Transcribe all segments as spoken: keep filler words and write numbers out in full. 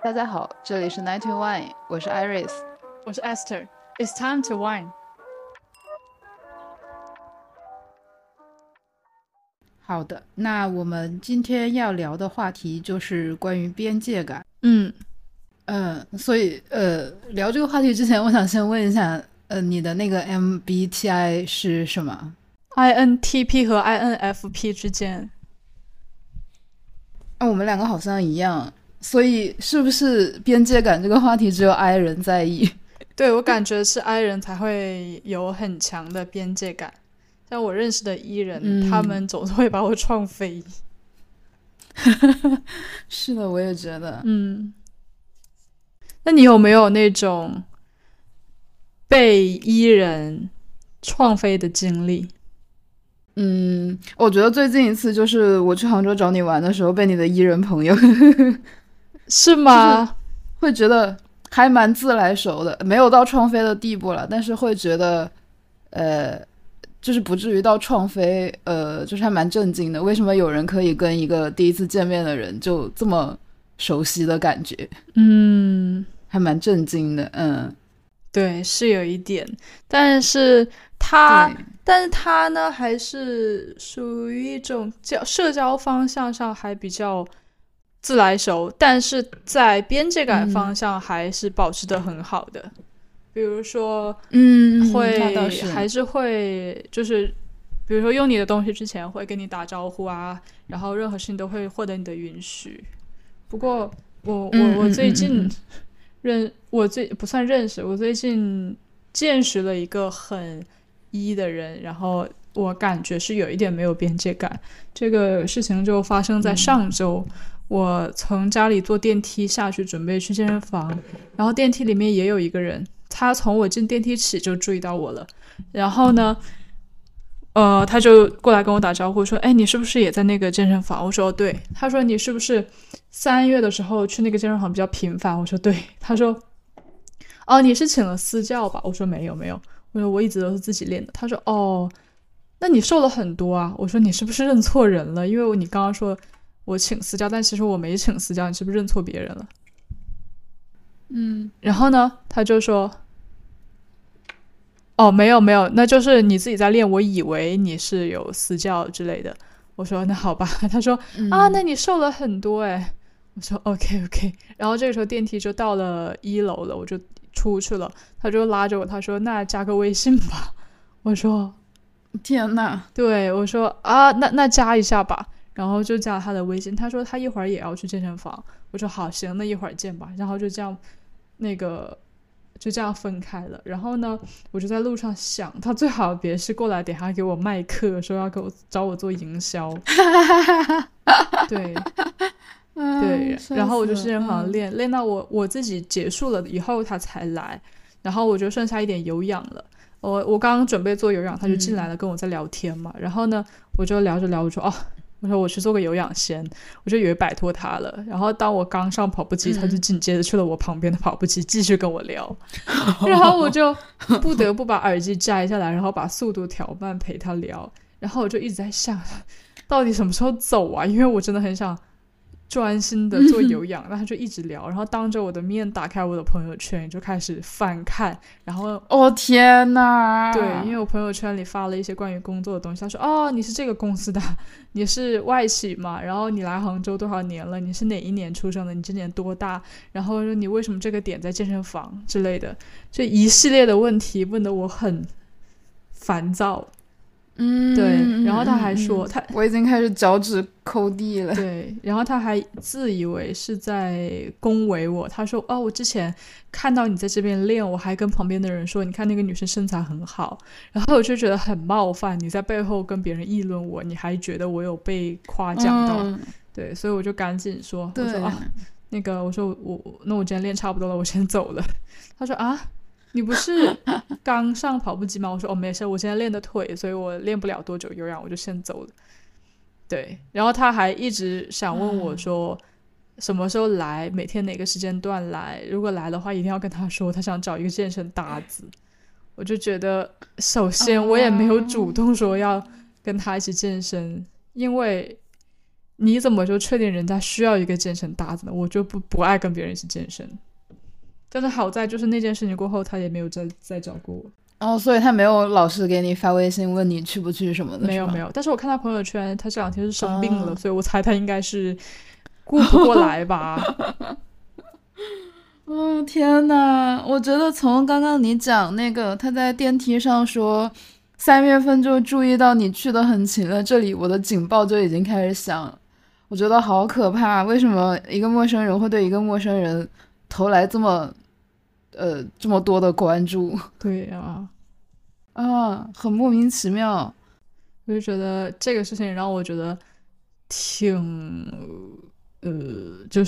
大家好，这里是 Night Wine， 我是 Iris， 我是 Esther。 It's time to wine。 好的，那我们今天要聊的话题就是关于边界感。 嗯嗯，所以呃，聊这个话题之前，我想先问一下，呃，你的那个 M B T I 是什么？ I N T P 和 I N F P 之间。 啊，我们两个好像一样，所以是不是边界感这个话题只有 I 人在意？ 对，我感觉是 I 人才会有很强的边界感，像我认识的 E 人、嗯、他们总是会把我撞飞。 是的，我也觉得。 嗯，那你有没有那种被 E 人撞飞的经历？ 嗯，我觉得最近一次就是我去杭州找你玩的时候，被你的 E 人朋友是吗？ 就是会觉得还蛮自来熟的，没有到创飞的地步了，但是会觉得呃就是不至于到创飞，呃就是还蛮震惊的，为什么有人可以跟一个第一次见面的人就这么熟悉的感觉。 嗯， 还蛮震惊的。嗯， 对，是有一点，但是他但是他呢还是属于一种社交方向上还比较自来熟，但是在边界感方向还是保持得很好的、嗯、比如说嗯会还是会就是比如说用你的东西之前会跟你打招呼啊，然后任何事情都会获得你的允许。不过我我我最近认我最不算认识我最近见识了一个很一的人，然后我感觉是有一点没有边界感。这个事情就发生在上周、嗯、我从家里坐电梯下去准备去健身房，然后电梯里面也有一个人，他从我进电梯起就注意到我了，然后呢呃，他就过来跟我打招呼说，哎，你是不是也在那个健身房？我说对。他说你是不是三月的时候去那个健身房比较频繁？我说对。他说哦，你是请了私教吧？我说没有没有，我说我一直都是自己练的。他说哦，那你瘦了很多啊。我说你是不是认错人了？因为你刚刚说我请私教，但其实我没请私教，你是不是认错别人了？ 嗯， 然后呢他就说哦，没有没有，那就是你自己在练，我以为你是有私教之类的。我说那好吧。他说、嗯、啊，那你瘦了很多哎。我说 OK OK。 然后这个时候电梯就到了一楼了，我就出去了，他就拉着我，他说那加个微信吧。我说天哪， 对，我说啊，那那加一下吧，然后就加他的微信。他说他一会儿也要去健身房。我说好行，那一会儿见吧。然后就这样那个就这样分开了。然后呢我就在路上想，他最好别是过来等下给我卖课，说要给我找我做营销。对对，然后我就去健身房练、嗯、练到我我自己结束了以后他才来，然后我就剩下一点有氧了。我我刚刚准备做有氧，他就进来了跟我在聊天嘛、嗯、然后呢我就聊着聊着说哦，我说我去做个有氧先，我就以为摆脱他了。然后当我刚上跑步机、嗯、他就紧接着去了我旁边的跑步机继续跟我聊、嗯、然后我就不得不把耳机摘下来，然后把速度调慢陪他聊。然后我就一直在想到底什么时候走啊，因为我真的很想专心的做有氧、嗯、然后他就一直聊，然后当着我的面打开我的朋友圈就开始翻看，然后哦天哪， 对，因为我朋友圈里发了一些关于工作的东西。他说哦，你是这个公司的，你是外企嘛，然后你来杭州多少年了，你是哪一年出生的，你今年多大，然后你为什么这个点在健身房之类的，这一系列的问题问得我很烦躁。 嗯， 对，然后他还说、嗯、他我已经开始脚趾抠地了。 对，然后他还自以为是在恭维我，他说哦，我之前看到你在这边练，我还跟旁边的人说你看那个女生身材很好，然后我就觉得很冒犯，你在背后跟别人议论我，你还觉得我有被夸奖到、嗯、对，所以我就赶紧说，我说啊，那个我说我那我今天练差不多了，我先走了。他说啊，你不是刚上跑步机吗？我说哦，没事，我现在练的腿，所以我练不了多久有氧，我就先走了。对，然后他还一直想问我说、嗯、什么时候来，每天哪个时间段来，如果来的话一定要跟他说他想找一个健身搭子。我就觉得首先我也没有主动说要跟他一起健身、嗯、因为你怎么就确定人家需要一个健身搭子呢？我就不不爱跟别人一起健身。但是好在就是那件事情过后，他也没有再再找过我。 哦，所以他没有老是给你发微信问你去不去什么的？ 没有没有，但是我看他朋友圈，他这两天是生病了， 哦、 所以我猜他应该是顾不过来吧。 哦天哪！我觉得从刚刚你讲那个他在电梯上说三月份就注意到你去的很勤了，这里我的警报就已经开始响了。我觉得好可怕，为什么一个陌生人会对一个陌生人投来这么呃这么多的关注？ 对啊， 啊，很莫名其妙。 我就觉得这个事情让我觉得挺呃就是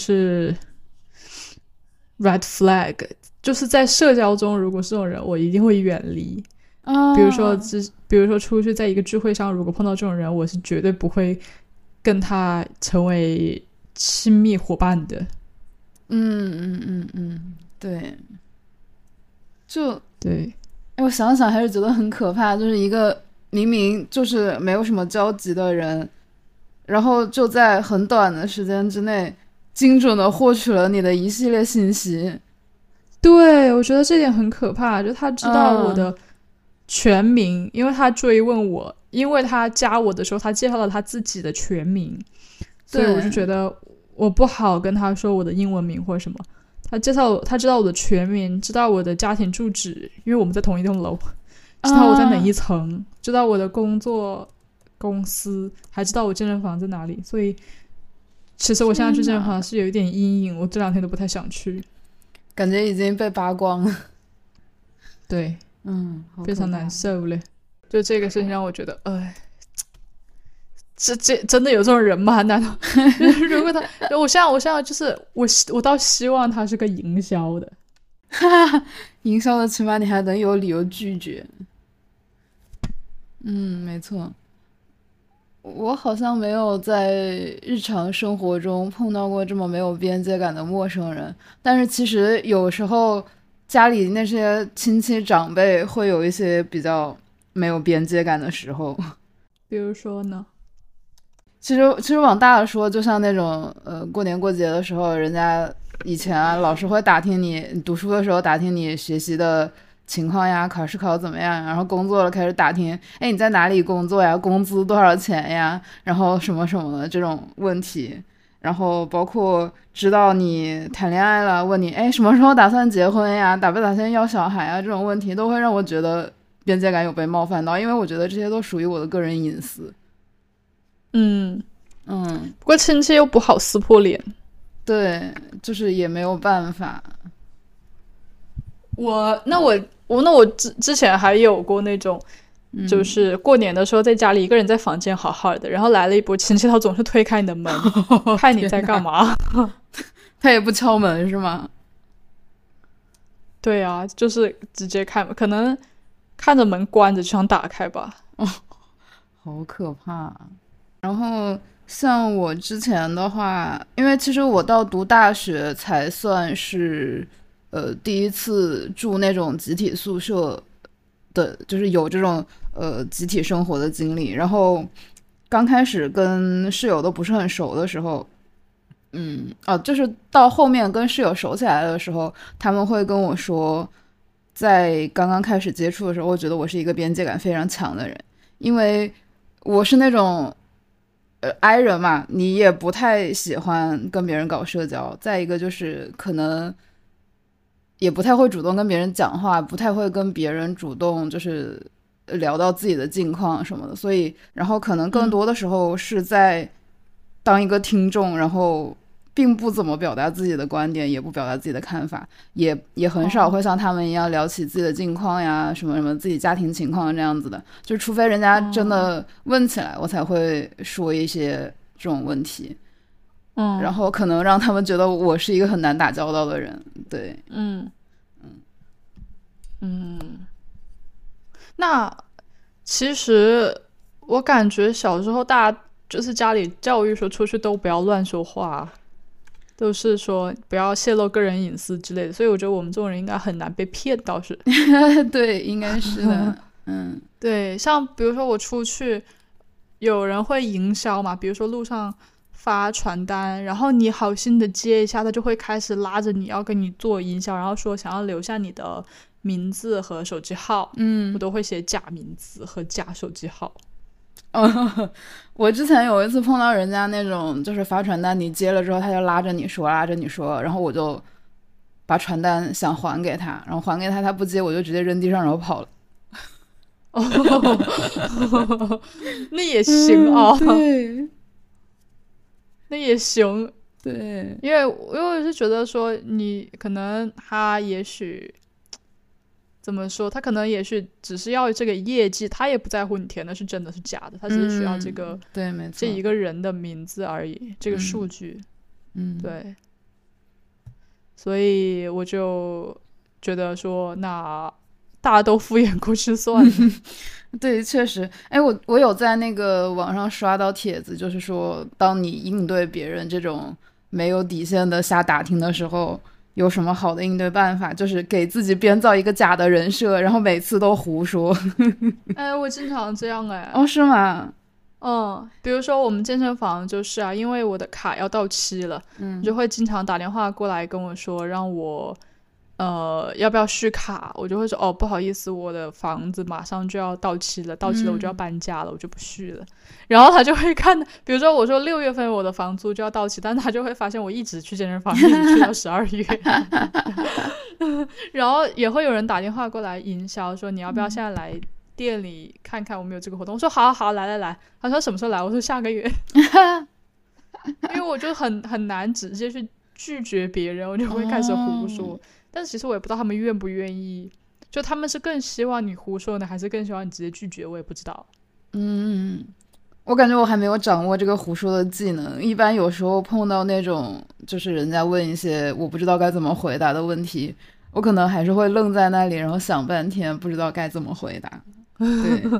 red flag， 就是在社交中如果是这种人我一定会远离。 啊， 比如说比如说出去在一个聚会上如果碰到这种人，我是绝对不会跟他成为亲密伙伴的。 嗯嗯嗯嗯，对，就对， 哎，我想想还是觉得很可怕，就是一个明明就是没有什么交集的人，然后就在很短的时间之内精准的获取了你的一系列信息。 对，我觉得这点很可怕，就他知道我的全名、嗯、因为他追问我，因为他加我的时候他介绍了他自己的全名，所以我就觉得我不好跟他说我的英文名或者什么。他介绍他知道我的全名，知道我的家庭住址，因为我们在同一栋楼，知道我在哪一层、啊、知道我的工作公司，还知道我健身房在哪里。所以其实我现在去健身房是有一点阴影，我这两天都不太想去， 感觉已经被扒光了。 对， 嗯， 非常难受了。就这个事情让我觉得哎，这这真的有这种人吗？难道如果他我现在我现在就是我我倒希望他是个营销的。 营销的起码你还能有理由拒绝。嗯，没错。我好像没有在日常生活中碰到过这么没有边界感的陌生人，但是其实有时候家里那些亲戚长辈会有一些比较没有边界感的时候。 比如说呢？ 其实其实往大了说，就像那种呃过年过节的时候，人家以前啊老师会打听你读书的时候打听你学习的情况呀，考试考怎么样，然后工作了开始打听，哎你在哪里工作呀，工资多少钱呀，然后什么什么的这种问题，然后包括知道你谈恋爱了，问你哎什么时候打算结婚呀，打不打算要小孩啊，这种问题都会让我觉得边界感有被冒犯到，因为我觉得这些都属于我的个人隐私。 嗯嗯， 不过亲戚又不好撕破脸。 对，就是也没有办法。 我那我我那我之之前还有过那种、嗯、就是过年的时候在家里一个人在房间好好的，然后来了一波亲戚，他总是推开你的门看你在干嘛。 他也不敲门是吗？ 对啊，就是直接开门，可能看着门关着就想打开吧。 哦，好可怕。然后像我之前的话，因为其实我到读大学才算是呃第一次住那种集体宿舍的，就是有这种呃集体生活的经历。然后刚开始跟室友都不是很熟的时候，嗯哦，就是到后面跟室友熟起来的时候，他们会跟我说，在刚刚开始接触的时候，我觉得我是一个边界感非常强的人，因为我是那种呃，I 人嘛，你也不太喜欢跟别人搞社交。再一个就是可能也不太会主动跟别人讲话，不太会跟别人主动就是聊到自己的近况什么的。所以，然后可能更多的时候是在当一个听众，然后并不怎么表达自己的观点，也不表达自己的看法，也也很少会像他们一样聊起自己的近况呀，什么什么自己家庭情况这样子的。就除非人家真的问起来，我才会说一些这种问题。嗯，然后可能让他们觉得我是一个很难打交道的人。对， 嗯嗯嗯。那其实我感觉小时候大家就是家里教育说出去都不要乱说话，都是说不要泄露个人隐私之类的，所以我觉得我们这种人应该很难被骗，倒是。 对，应该是的。嗯， 对，像比如说我出去有人会营销嘛，比如说路上发传单，然后你好心的接一下，他就会开始拉着你要跟你做营销，然后说想要留下你的名字和手机号， 嗯， 我都会写假名字和假手机号。 哦，我之前有一次碰到人家那种就是发传单，你接了之后他就拉着你说拉着你说，然后我就把传单想还给他，然后还给他他不接，我就直接扔地上然后跑了。 哦，那也行哦， 嗯、对， 那也行， 对， 因为因为我是觉得说你可能他也许怎么说，他可能也许只是要这个业绩，他也不在乎你填的是真的是假的，他只是需要这个、 嗯、对，没错， 这一个人的名字而已，这个数据， 嗯， 对，所以我就觉得说那大家都敷衍过去算了。 对，确实，哎，我我有在那个网上刷到帖子，就是说，当你应对别人这种没有底线的瞎打听的时候，有什么好的应对办法？就是给自己编造一个假的人设，然后每次都胡说。 哎，我经常这样哎。 哦，是吗？ 嗯，比如说我们健身房就是啊，因为我的卡要到期了， 嗯， 就会经常打电话过来跟我说，让我。呃，要不要续卡？我就会说哦，不好意思，我的房子马上就要到期了，到期了我就要搬家了，嗯、我就不续了。然后他就会看，比如说我说六月份我的房租就要到期，但他就会发现我一直去健身房，一直去到十二月。然后也会有人打电话过来营销，说你要不要现在来店里看看我们有这个活动？我说好好好，来来来。他说什么时候来？我说下个月。因为我就很很难直接去拒绝别人，我就会开始胡说。哦，但是其实我也不知道他们愿不愿意，就他们是更希望你胡说呢，还是更希望你直接拒绝，我也不知道。 嗯，我感觉我还没有掌握这个胡说的技能，一般有时候碰到那种就是人家问一些我不知道该怎么回答的问题，我可能还是会愣在那里，然后想半天不知道该怎么回答。对，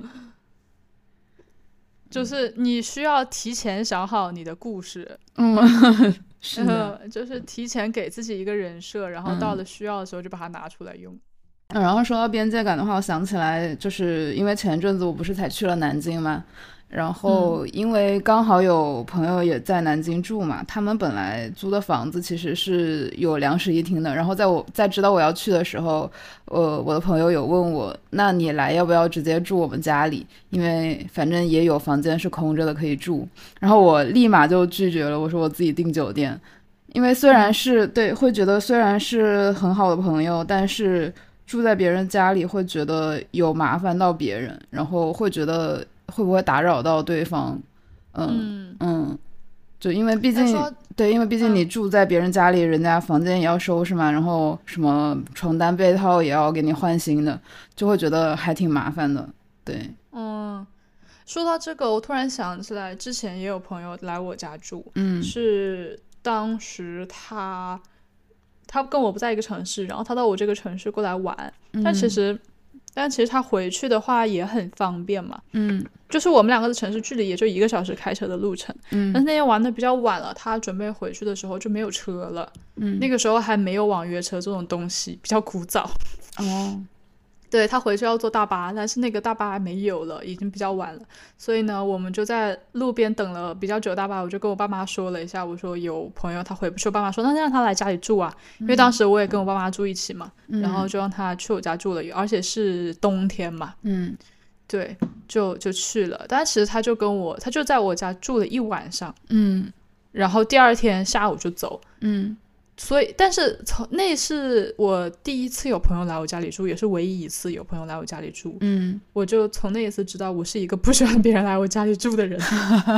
就是你需要提前想好你的故事。 嗯，是的、 呃，就是提前给自己一个人设，然后到了需要的时候就把它拿出来用。 嗯，然后说到边界感的话，我想起来就是因为前阵子我不是才去了南京嘛，然后因为刚好有朋友也在南京住嘛，他们本来租的房子其实是有两室一厅的，然后在我在知道我要去的时候，呃，我的朋友有问我，那你来要不要直接住我们家里，因为反正也有房间是空着的可以住，然后我立马就拒绝了，我说我自己订酒店，因为虽然是对会觉得虽然是很好的朋友，但是住在别人家里会觉得有麻烦到别人，然后会觉得会不会打扰到对方。嗯 嗯, 嗯就因为毕竟对因为毕竟你住在别人家里、嗯、人家房间也要收拾嘛，然后什么床单被套也要给你换新的，就会觉得还挺麻烦的。对， 嗯，说到这个我突然想起来之前也有朋友来我家住， 嗯， 是当时他他跟我不在一个城市，然后他到我这个城市过来玩， 嗯、 但其实但其实他回去的话也很方便嘛， 嗯， 就是我们两个的城市距离也就一个小时开车的路程， 嗯， 但是那天玩的比较晚了，他准备回去的时候就没有车了， 嗯， 那个时候还没有网约车这种东西，比较枯燥。 哦， 对，他回去要坐大巴，但是那个大巴还没有了，已经比较晚了，所以呢我们就在路边等了比较久的大巴。我就跟我爸妈说了一下，我说有朋友他回不去，我爸妈说那让他来家里住啊，因为当时我也跟我爸妈住一起嘛、嗯、然后就让他去我家住了，而且是冬天嘛， 嗯， 对，就就去了。但其实他就跟我他就在我家住了一晚上， 嗯， 然后第二天下午就走， 嗯， 所以但是从那是我第一次有朋友来我家里住，也是唯一一次有朋友来我家里住， 嗯， 我就从那一次知道我是一个不喜欢别人来我家里住的人。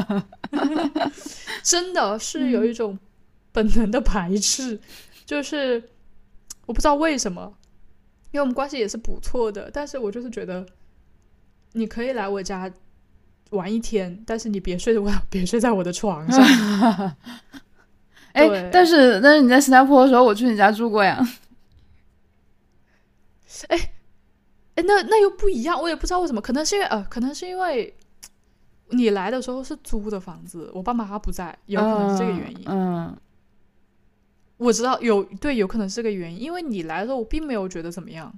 真的是有一种本能的排斥、嗯、就是我不知道为什么，因为我们关系也是不错的，但是我就是觉得你可以来我家玩一天，但是你别睡我别睡在我的床上。 哎，但是但是你在新加坡的时候我去你家住过呀。 哎哎，那那又不一样，我也不知道为什么，可能是因为呃，可能是因为你来的时候是租的房子，我爸妈不在，有可能是这个原因。 嗯，嗯我知道有对，有可能是这个原因，因为你来的时候我并没有觉得怎么样。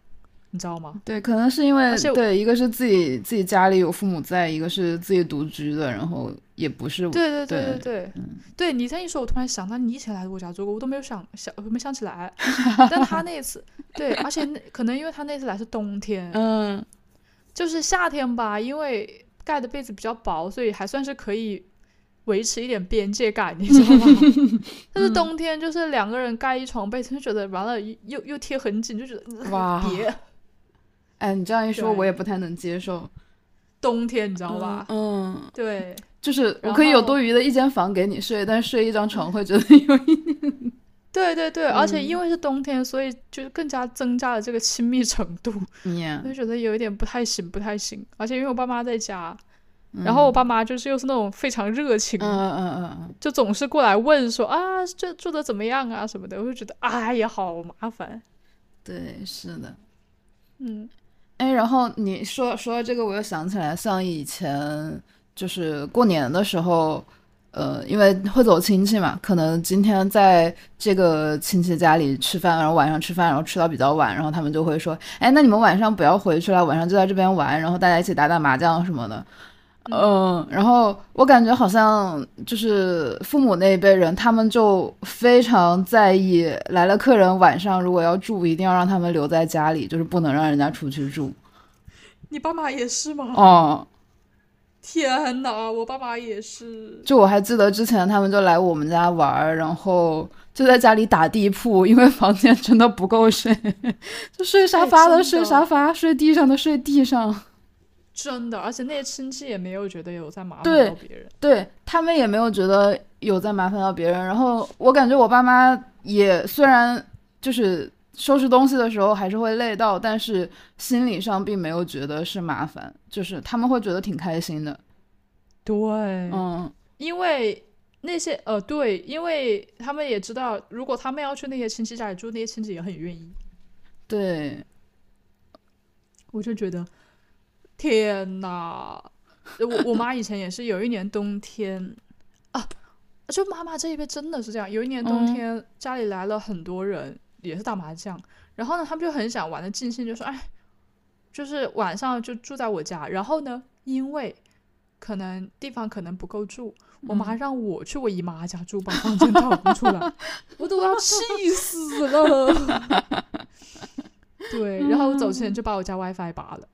你知道吗？ 对，可能是因为而且对，一个是自己自己家里有父母在，一个是自己独居的，然后也不是对对对对对对， 嗯对你这样一说，我突然想到你以前来我家住过，我都没有想想，我没想起来。但他那一次，对，而且那可能因为他那次来是冬天， 嗯就是夏天吧，因为盖的被子比较薄，所以还算是可以维持一点边界感，你知道吗？但是冬天就是两个人盖一床被子，就觉得完了又又贴很紧，就觉得哇别。 哎，你这样一说， 对我也不太能接受。 冬天你知道吧？ 嗯，嗯对， 就是我然可以有后多余的一间房给你睡，但是睡一张床会觉得有一点对对对， 嗯而且因为是冬天，所以就更加增加了这个亲密程度， 呀就觉得有一点不太行，不太行。而且因为我爸妈在家，然后我爸妈就是又是那种非常热情， 嗯嗯嗯嗯， 就总是过来问说啊，这住的怎么样啊什么的，我就觉得哎呀，好麻烦。 对，是的。 嗯哎，然后你说说到这个，我又想起来，像以前就是过年的时候，呃，因为会走亲戚嘛，可能今天在这个亲戚家里吃饭，然后晚上吃饭，然后吃到比较晚，然后他们就会说，哎，那你们晚上不要回去了，晚上就在这边玩，然后大家一起打打麻将什么的。嗯，然后我感觉好像就是父母那一辈人，他们就非常在意来了客人晚上如果要住，一定要让他们留在家里，就是不能让人家出去住。 你爸妈也是吗？ 哦， 天哪，我爸妈也是。 就我还记得之前他们就来我们家玩，然后就在家里打地铺，因为房间真的不够睡，就睡沙发的哎真的睡沙发，睡地上的睡地上。 真的，而且那些亲戚也没有觉得有在麻烦对到别人。 对，他们也没有觉得有在麻烦到别人，然后我感觉我爸妈也虽然就是收拾东西的时候还是会累到，但是心理上并没有觉得是麻烦，就是他们会觉得挺开心的。 对， 嗯因为那些呃，对，因为他们也知道，如果他们要去那些亲戚家里住，那些亲戚也很愿意。 对， 我就觉得，天哪！我我妈以前也是有一年冬天啊，就妈妈这一辈真的是这样。有一年冬天，嗯、家里来了很多人，也是打麻将，然后呢，他们就很想玩的尽兴，就说：“哎，就是晚上就住在我家。”然后呢，因为可能地方可能不够住，我妈让我去我姨妈家住，把房间腾出来，我都要气死了。对，然后我走前就把我家 WiFi 拔了。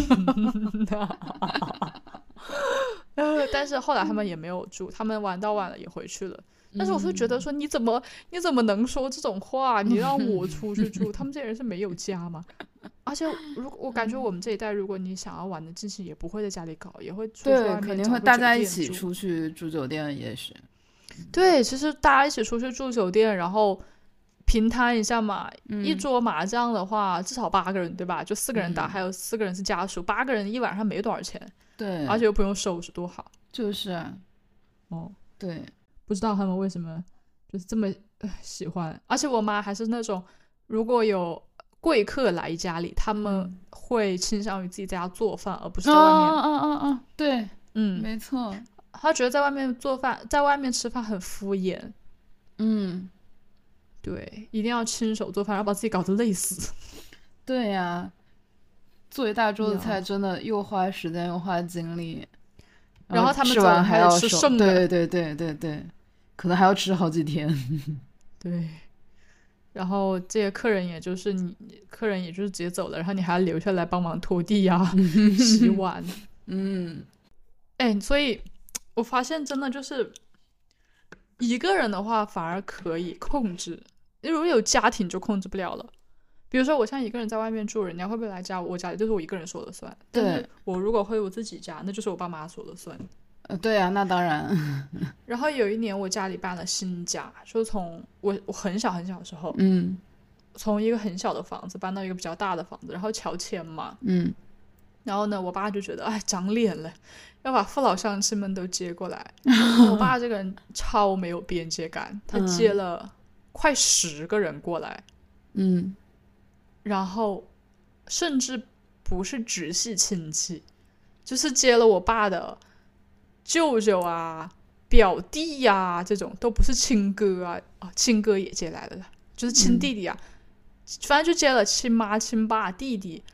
但是后来他们也没有住，他们玩到晚了也回去了。但是我会觉得说，你怎么你怎么能说这种话？你让我出去住，他们这些人是没有家吗？而且如果我感觉我们这一代，如果你想要玩的尽兴，也不会在家里搞，也会出去外面， 对，肯定会大家一起出去住酒店，也是。 对，其实大家一起出去住酒店，然后平摊一下嘛， 嗯、 一桌麻将的话至少八个人对吧？就四个人打，嗯、还有四个人是家属，八个人一晚上没多少钱。 对， 而且又不用收拾，多好。 就是啊， 哦， 对， 不知道他们为什么就是这么、呃、喜欢。而且我妈还是那种，如果有贵客来家里，他们会倾向于自己在家做饭，而不是在外面。 哦哦哦哦，对， 嗯， 没错。 他觉得在外面做饭，在外面吃饭很敷衍。 嗯， 对，一定要亲手做饭，然后把自己搞得累死。 对呀、啊，做一大桌子菜真的又花时间又花精力。 然后他们吃完还要吃剩的， 对对对对对，可能还要吃好几天。 对，然后这些客人也就是你，客人也就是直接走了，然后你还要留下来帮忙拖地呀、啊、洗碗。 嗯， 哎，所以我发现真的就是一个人的话反而可以控制，如果有家庭就控制不了了。比如说我像一个人在外面住，人家会不会来家我家里就是我一个人说了算。 对， 但是我如果回我自己家，那就是我爸妈说了算。 呃，对啊，那当然。 然后有一年我家里搬了新家，就从我我很小很小的时候， 嗯， 从一个很小的房子搬到一个比较大的房子，然后乔迁嘛， 嗯， 然后呢，我爸就觉得哎长脸了，要把父老乡亲们都接过来。我爸这个人超没有边界感，他接了快十个人过来， 嗯。 然后甚至不是直系亲戚，就是接了我爸的舅舅啊表弟呀、啊、这种，都不是亲哥啊，啊亲哥也接来了，就是亲弟弟啊、嗯、反正就接了亲妈亲爸弟弟，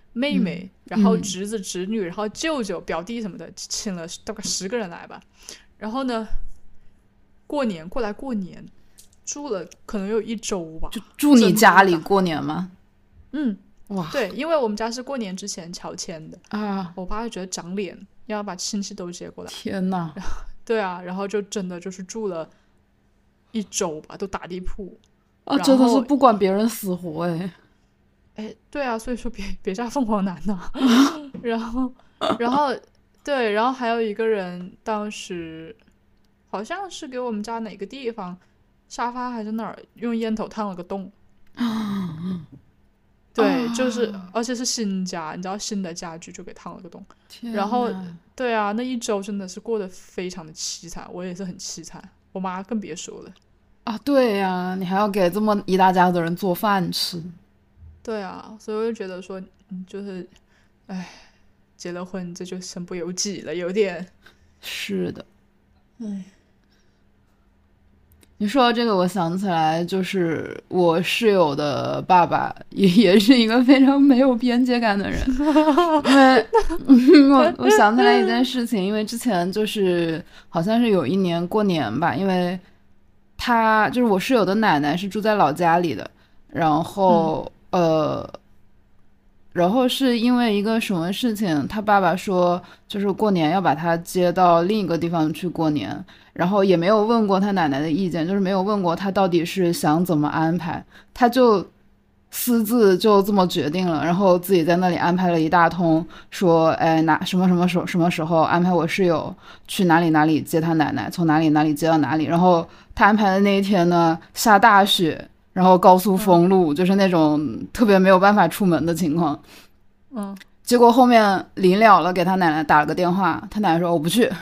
妹妹， 嗯、 然后侄子侄女、嗯、然后舅舅表弟什么的，请了大概十个人来吧。然后呢过年过来过年住了可能有一周吧。 就住你家里过年吗？ 嗯， 哇， 对，因为我们家是过年之前乔迁的啊， 我爸就觉得长脸，要把亲戚都接过来。 天哪！ 对啊，然后就真的就是住了一周吧，都打地铺啊，真的是不管别人死活哎。 哎，对啊，所以说别别炸凤凰男呐。然后，然后对，然后还有一个人当时好像是给我们家哪个地方沙发还是哪儿用烟头烫了个洞。对，就是而且是新家，你知道新的家具就给烫了个洞。然后对啊，那一周真的是过得非常的凄惨，我也是很凄惨，我妈更别说了啊。对呀、啊，你还要给这么一大家子人做饭吃。 对啊，所以我就觉得说就是哎，结了婚这就身不由己了，有点。 是的。 哎， 你说到这个我想起来，就是我室友的爸爸也也是一个非常没有边界感的人。因为我我想起来一件事情，因为之前就是好像是有一年过年吧，因为他就是我室友的奶奶是住在老家里的，然后、嗯、呃然后是因为一个什么事情，他爸爸说就是过年要把他接到另一个地方去过年，然后也没有问过他奶奶的意见，就是没有问过他到底是想怎么安排，他就私自就这么决定了，然后自己在那里安排了一大通，说哎哪什么什么时候什么时候安排我室友去哪里哪里接他奶奶，从哪里哪里接到哪里，然后他安排的那一天呢下大雪，然后高速封路、嗯、就是那种特别没有办法出门的情况。 嗯， 结果后面临了了给他奶奶打了个电话，他奶奶说我不去。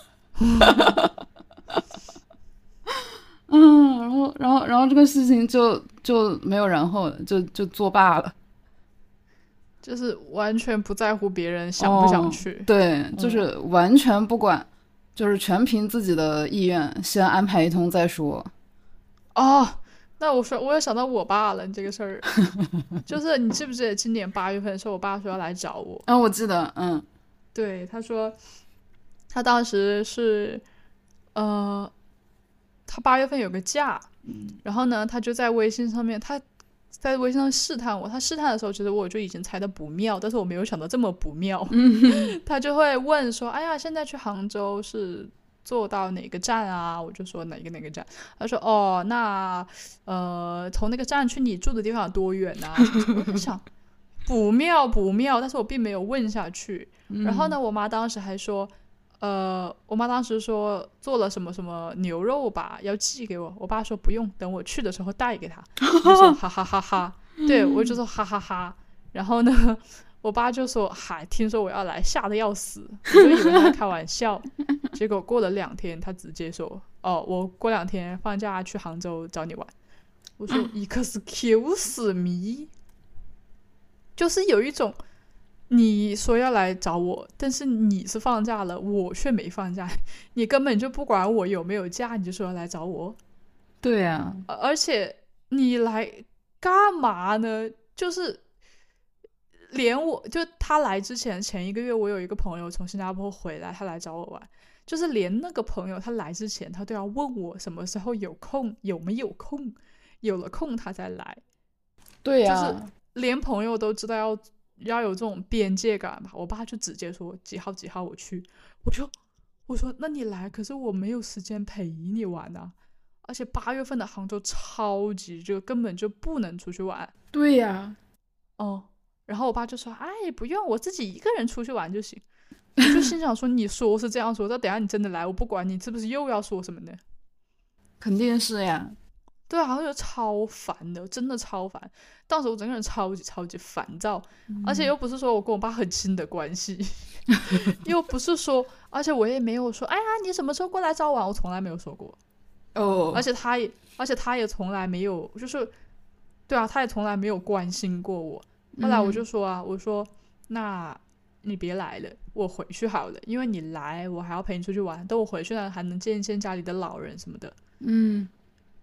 嗯，然后然后然后这个事情就就没有然后了，就就作罢了， 就是完全不在乎别人想不想去、 哦、对，就是完全不管、嗯、就是全凭自己的意愿先安排一通再说。 哦，那我说我也想到我爸了，你这个事儿就是你记不记得今年八月份的时候我爸说要来找我。 啊、哦，我记得。嗯， 对，他说他当时是呃他八月份有个假，然后呢他就在微信上面，他在微信上试探我，他试探的时候其实我就已经猜到不妙，但是我没有想到这么不妙。他就会问说哎呀现在去杭州是坐到哪个站啊，我就说哪个哪个站，他说哦那呃从那个站去你住的地方有多远啊。我就想不妙不妙，但是我并没有问下去。然后呢我妈当时还说呃，我妈当时说做了什么什么牛肉吧，要寄给我。我爸说不用，等我去的时候带给他。我就说哈哈哈哈，对，我就说哈哈哈。然后呢，我爸就说嗨，听说我要来，吓得要死，我就以为他在开玩笑。结果过了两天，他直接说哦，我过两天放假去杭州找你玩。我说一个是 Q 死迷，就是有一种。你说要来找我，但是你是放假了，我却没放假，你根本就不管我有没有假，你就说要来找我。 对呀、 啊，而且你来干嘛呢？就是连我就他来之前前一个月，我有一个朋友从新加坡回来，他来找我玩，就是连那个朋友他来之前，他都要问我什么时候有空，有没有空，有了空他再来。 对呀、 就是连朋友都知道要要有这种边界感吧。我爸就直接说几号几号我去，我就我说那你来，可是我没有时间陪你玩啊，而且八月份的杭州超级热，根本就不能出去玩。 对呀， 哦，然后我爸就说哎不用，我自己一个人出去玩就行。我就心想说你说是这样说，但等一下你真的来，我不管你是不是又要说什么呢？ 肯定是呀。 对啊，好像就超烦的，真的超烦。当时我整个人超级超级烦躁、嗯、而且又不是说我跟我爸很亲的关系又不是说，而且我也没有说哎呀你什么时候过来找我，我从来没有说过哦。 而且他也而且他也从来没有就是对啊，他也从来没有关心过我。后来我就说啊、嗯、我说那你别来了，我回去好了，因为你来我还要陪你出去玩，等我回去呢还能见一见家里的老人什么的。 嗯，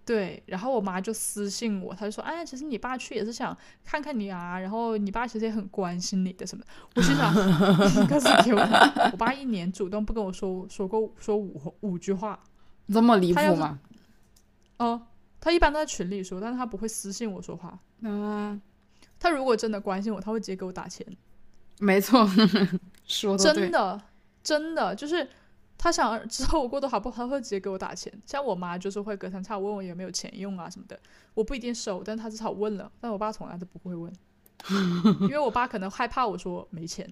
对，然后我妈就私信我，她就说：“哎，其实你爸去也是想看看你啊，然后你爸其实也很关心你的什么的。”我心想，应该是给我，我爸一年主动不跟我说说过说五五句话， 这么离他要是谱吗？ 哦，他一般都在群里说，但是他不会私信我说话。 嗯， 他如果真的关心我，他会直接给我打钱， 没错，说的对。 真的真的就是他想知道我过得好不好，他会直接给我打钱。像我妈就是会隔三差五问我有没有钱用啊什么的，我不一定收，但他至少问了。但我爸从来都不会问，因为我爸可能害怕我说没钱。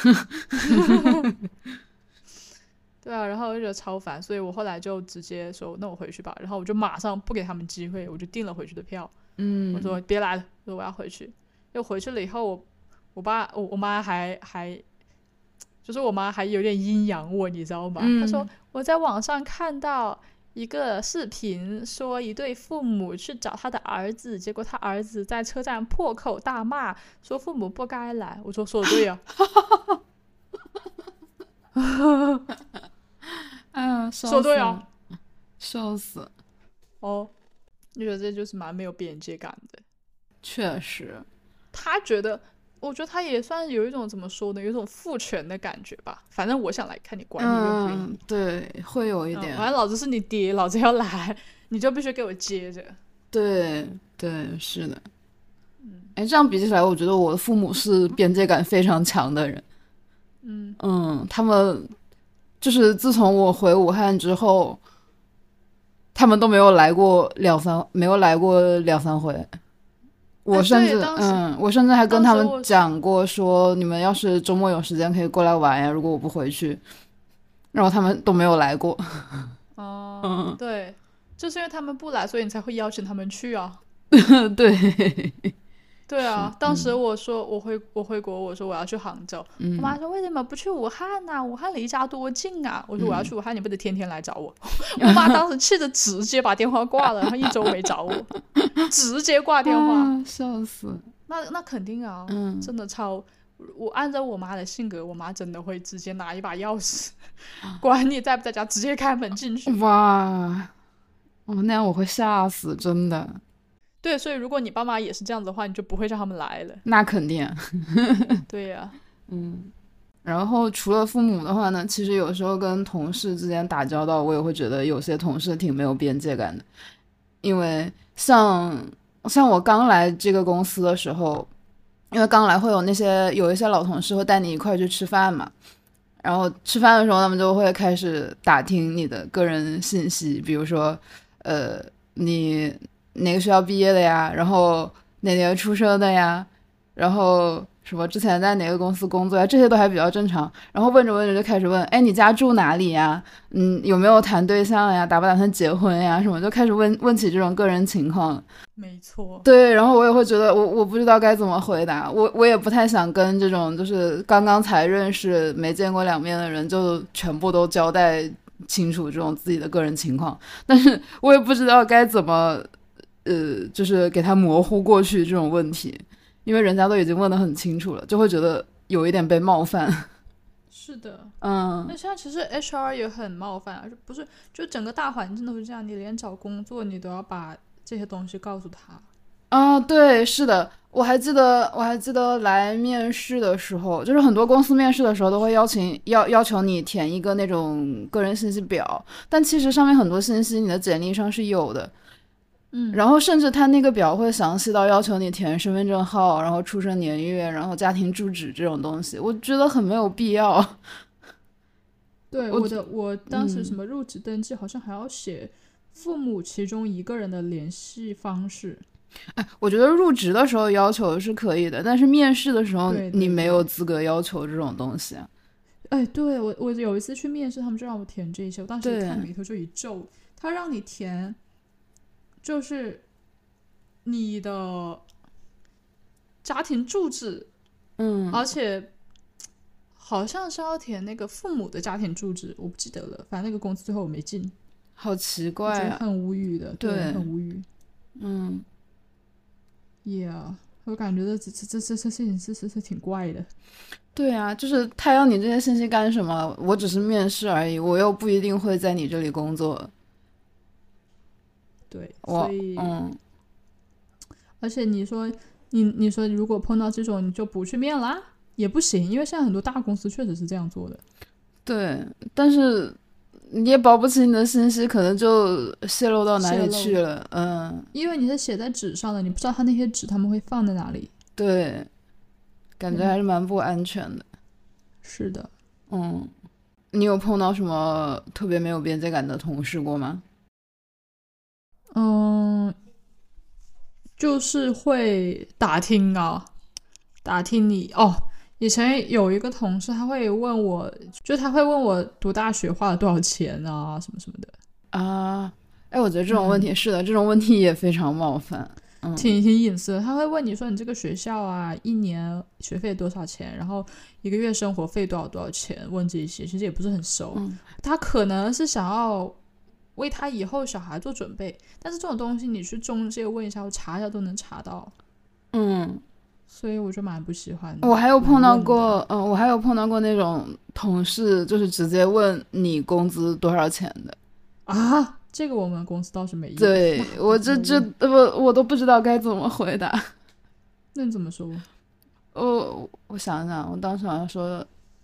对啊，然后我就觉得超烦，所以我后来就直接说那我回去吧，然后我就马上不给他们机会，我就订了回去的票。 嗯， 我说别来了，我说我要回去。又回去了以后，我我爸我我妈还还就是我妈还有点阴阳我，你知道吗？ 嗯她说我在网上看到一个视频，说一对父母去找他的儿子，结果他儿子在车站破口大骂，说父母不该来。我说说的对啊。 嗯， 说对啊， 笑死。 哦，你觉得这就是蛮没有边界感的。 确实， 他觉得，我觉得他也算有一种怎么说呢，有一种父权的感觉吧。反正我想来看你管你愿不愿意。 嗯，对，会有一点。 嗯、反正老子是你爹，老子要来，你就必须给我接着。 对对，是的。嗯，哎，这样比起来，我觉得我的父母是边界感非常强的人。 嗯嗯，他们就是自从我回武汉之后，他们都没有来过两三，没有来过两三回。我甚至、 哎、 嗯，我甚至还跟他们当时我讲过说，你们要是周末有时间可以过来玩呀，如果我不回去，然后他们都没有来过。 哦、 嗯， 对，就是因为他们不来，所以你才会邀请他们去啊。 对。 对啊，当时我说我回我回国，我说我要去杭州， 嗯、 我妈说为什么不去武汉呢、啊？武汉离家多近啊！我说我要去武汉，你不得天天来找我？我妈当时气得直接把电话挂了，然后一周没找我，直接挂电话， 啊、笑死。 那那肯定啊， 嗯， 真的超。我按照我妈的性格，我妈真的会直接拿一把钥匙，管你在不在家，直接开门进去。 哇，哦，那样我会吓死，真的。 对，所以如果你爸妈也是这样子的话，你就不会让他们来了。 那肯定。 对呀、啊， 嗯。然后除了父母的话呢，其实有时候跟同事之间打交道，我也会觉得有些同事挺没有边界感的。因为像像我刚来这个公司的时候，因为刚来会有那些有一些老同事会带你一块去吃饭嘛，然后吃饭的时候他们就会开始打听你的个人信息，比如说呃你哪个学校毕业的呀，然后哪年出生的呀，然后什么之前在哪个公司工作呀，这些都还比较正常。然后问着问着就开始问，哎，你家住哪里呀？嗯，有没有谈对象呀？打不打算结婚呀？什么就开始问问起这种个人情况。 没错。 对，然后我也会觉得我我不知道该怎么回答，我我也不太想跟这种就是刚刚才认识没见过两面的人就全部都交代清楚这种自己的个人情况，但是我也不知道该怎么呃，就是给他模糊过去这种问题，因为人家都已经问得很清楚了，就会觉得有一点被冒犯。 是的， 嗯， 那现在其实 H R 也很冒犯啊，不是，就整个大环境都是这样，你连找工作你都要把这些东西告诉他。 啊，对，是的，我还记得，我还记得来面试的时候，就是很多公司面试的时候都会邀请要要求你填一个那种个人信息表，但其实上面很多信息你的简历上是有的。 嗯， 然后甚至他那个表会详细到要求你填身份证号，然后出生年月，然后家庭住址这种东西，我觉得很没有必要。 对， 我我的我当时嗯什么入职登记好像还要写父母其中一个人的联系方式。 哎，我觉得入职的时候要求是可以的，但是面试的时候对对你没有资格要求这种东西。 哎，对，我我有一次去面试，他们就让我填这些，我当时一对看眉头就一皱，他让你填就是你的家庭住址， 嗯， 而且好像是要填那个父母的家庭住址，我不记得了，反正那个公司最后我没进， 好奇我怪啊。 觉得很无语的， 对很无语。 嗯， Yeah， 我感觉这这这这这事情是是是挺怪的。 对啊，就是他要你这些信息干什么？我只是面试而已，我又不一定会在你这里工作。 对， 我所以嗯， 而且你说你你说如果碰到这种你就不去面啦，也不行，因为现在很多大公司确实是这样做的。 对，但是你也保不齐你的信息可能就泄露到哪里去了。嗯， 因为你是写在纸上的，你不知道他那些纸他们会放在哪里。 对，感觉还是蛮不安全的。 是的。 嗯，你有碰到什么特别没有边界感的同事过吗？ 嗯，就是会打听啊，打听你哦。以前有一个同事，他会问我，就他会问我读大学花了多少钱啊，什么什么的啊。哎，我觉得这种问题、嗯、是的，这种问题也非常冒犯，嗯， 挺挺隐私的。他会问你说你这个学校啊，一年学费多少钱，然后一个月生活费多少多少钱，问这些，其实也不是很熟。 嗯、 他可能是想要为他以后小孩做准备，但是这种东西你去中介问一下，我查一下都能查到。 嗯。 所以我就蛮不喜欢的。 我还有碰到过，嗯、呃，我还有碰到过那种同事，就是直接问你工资多少钱的。 啊，这个我们公司倒是没有。 对，我这这我我都不知道该怎么回答。 那你怎么说？ 我我想想，我当时好像说，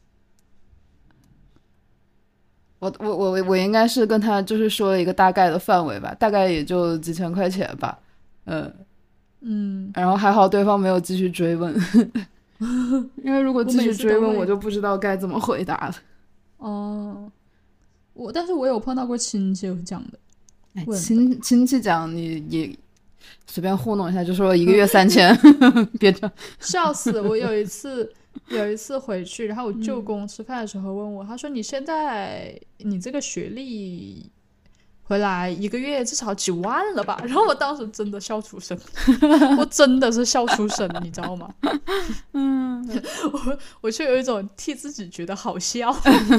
我我我我应该是跟他就是说了一个大概的范围吧，大概也就几千块钱吧，嗯。 嗯， 然后还好对方没有继续追问因为如果继续追问 我, 我就不知道该怎么回答了。 哦，我但是我有碰到过亲戚讲的， 哎、亲亲戚讲你也随便糊弄一下就说一个月三千别这样笑死。我有一次有一次回去，然后我舅公吃饭的时候问我、嗯、他说你现在你这个学历回来一个月至少几万了吧？然后我当时真的笑出声我真的是笑出声你知道吗？ 嗯， 我我就有一种替自己觉得好笑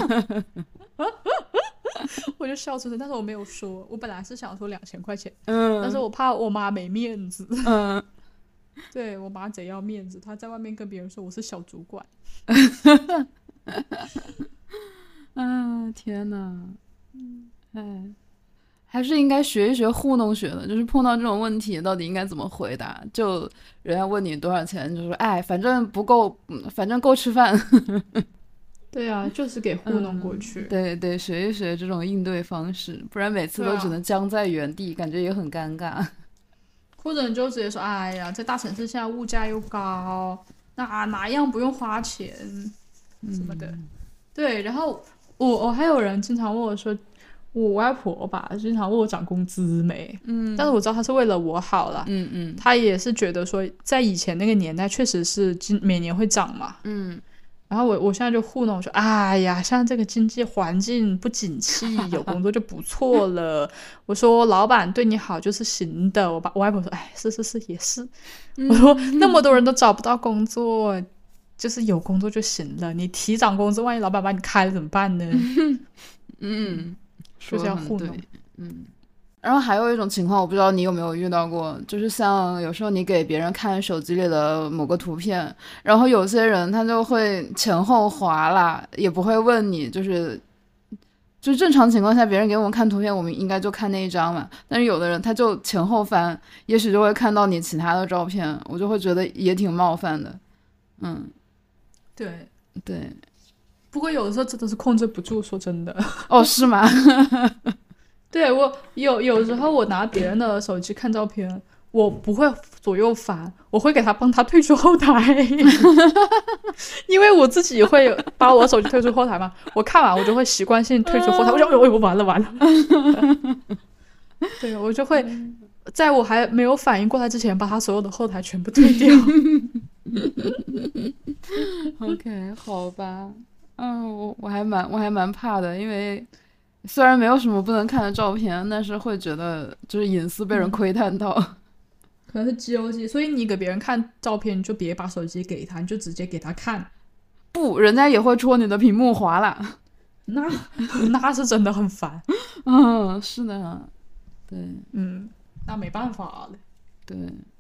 我就笑出声，但是我没有说，我本来是想说两千块钱， 嗯， 但是我怕我妈没面子， 嗯， 对，我妈贼要面子，她在外面跟别人说我是小主管啊，天哪，哎，还是应该学一学糊弄学的，就是碰到这种问题到底应该怎么回答，就人家问你多少钱，就说哎，反正不够，反正够吃饭对啊，就是给糊弄过去、 嗯、对对，学一学这种应对方式，不然每次都只能僵在原地、啊、感觉也很尴尬。 或者你就直接说哎呀，在大城市现在物价又高，那哪样不用花钱什么的、嗯、对。然后我我还有人经常问我说，我外婆吧经常问我涨工资没， 嗯， 但是我知道她是为了我好了， 嗯嗯， 她也是觉得说在以前那个年代确实是每年会涨嘛， 嗯， 然后我我现在就糊弄说，哎呀，像这个经济环境不景气，有工作就不错了。我说老板对你好就是行的。我爸我外婆说，哎，是是是也是。嗯、我说那么多人都找不到工作，就是有工作就行了。你提涨工资，万一老板把你开了怎么办呢？ 嗯， 就是要糊弄。 嗯。然后还有一种情况，我不知道你有没有遇到过，就是像有时候你给别人看手机里的某个图片，然后有些人他就会前后滑啦，也不会问你，就是就正常情况下别人给我们看图片我们应该就看那一张嘛，但是有的人他就前后翻，也许就会看到你其他的照片，我就会觉得也挺冒犯的。嗯， 对对， 不过有的时候真的是控制不住，说真的。 哦，是吗？ 对，我有有时候我拿别人的手机看照片，我不会左右翻，我会给他帮他退出后台因为我自己会把我手机退出后台嘛，我看完我就会习惯性退出后台，我就哎呦完了完了对，我就会在我还没有反应过来之前把他所有的后台全部退掉 OK 好吧，嗯，我我还蛮我还蛮怕的，因为虽然没有什么不能看的照片，但是会觉得就是隐私被人窥探到、嗯、 可能是肌肉记忆，所以你给别人看照片你就别把手机给他，你就直接给他看。 不，人家也会戳你的屏幕滑啦， 那那是真的很烦嗯，是的，对， 嗯，那没办法了。 对，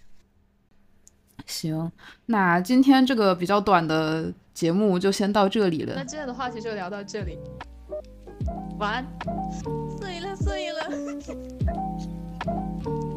行，那今天这个比较短的节目就先到这里了， 那今天的话题就聊到这里，晚安。 睡了睡了拜。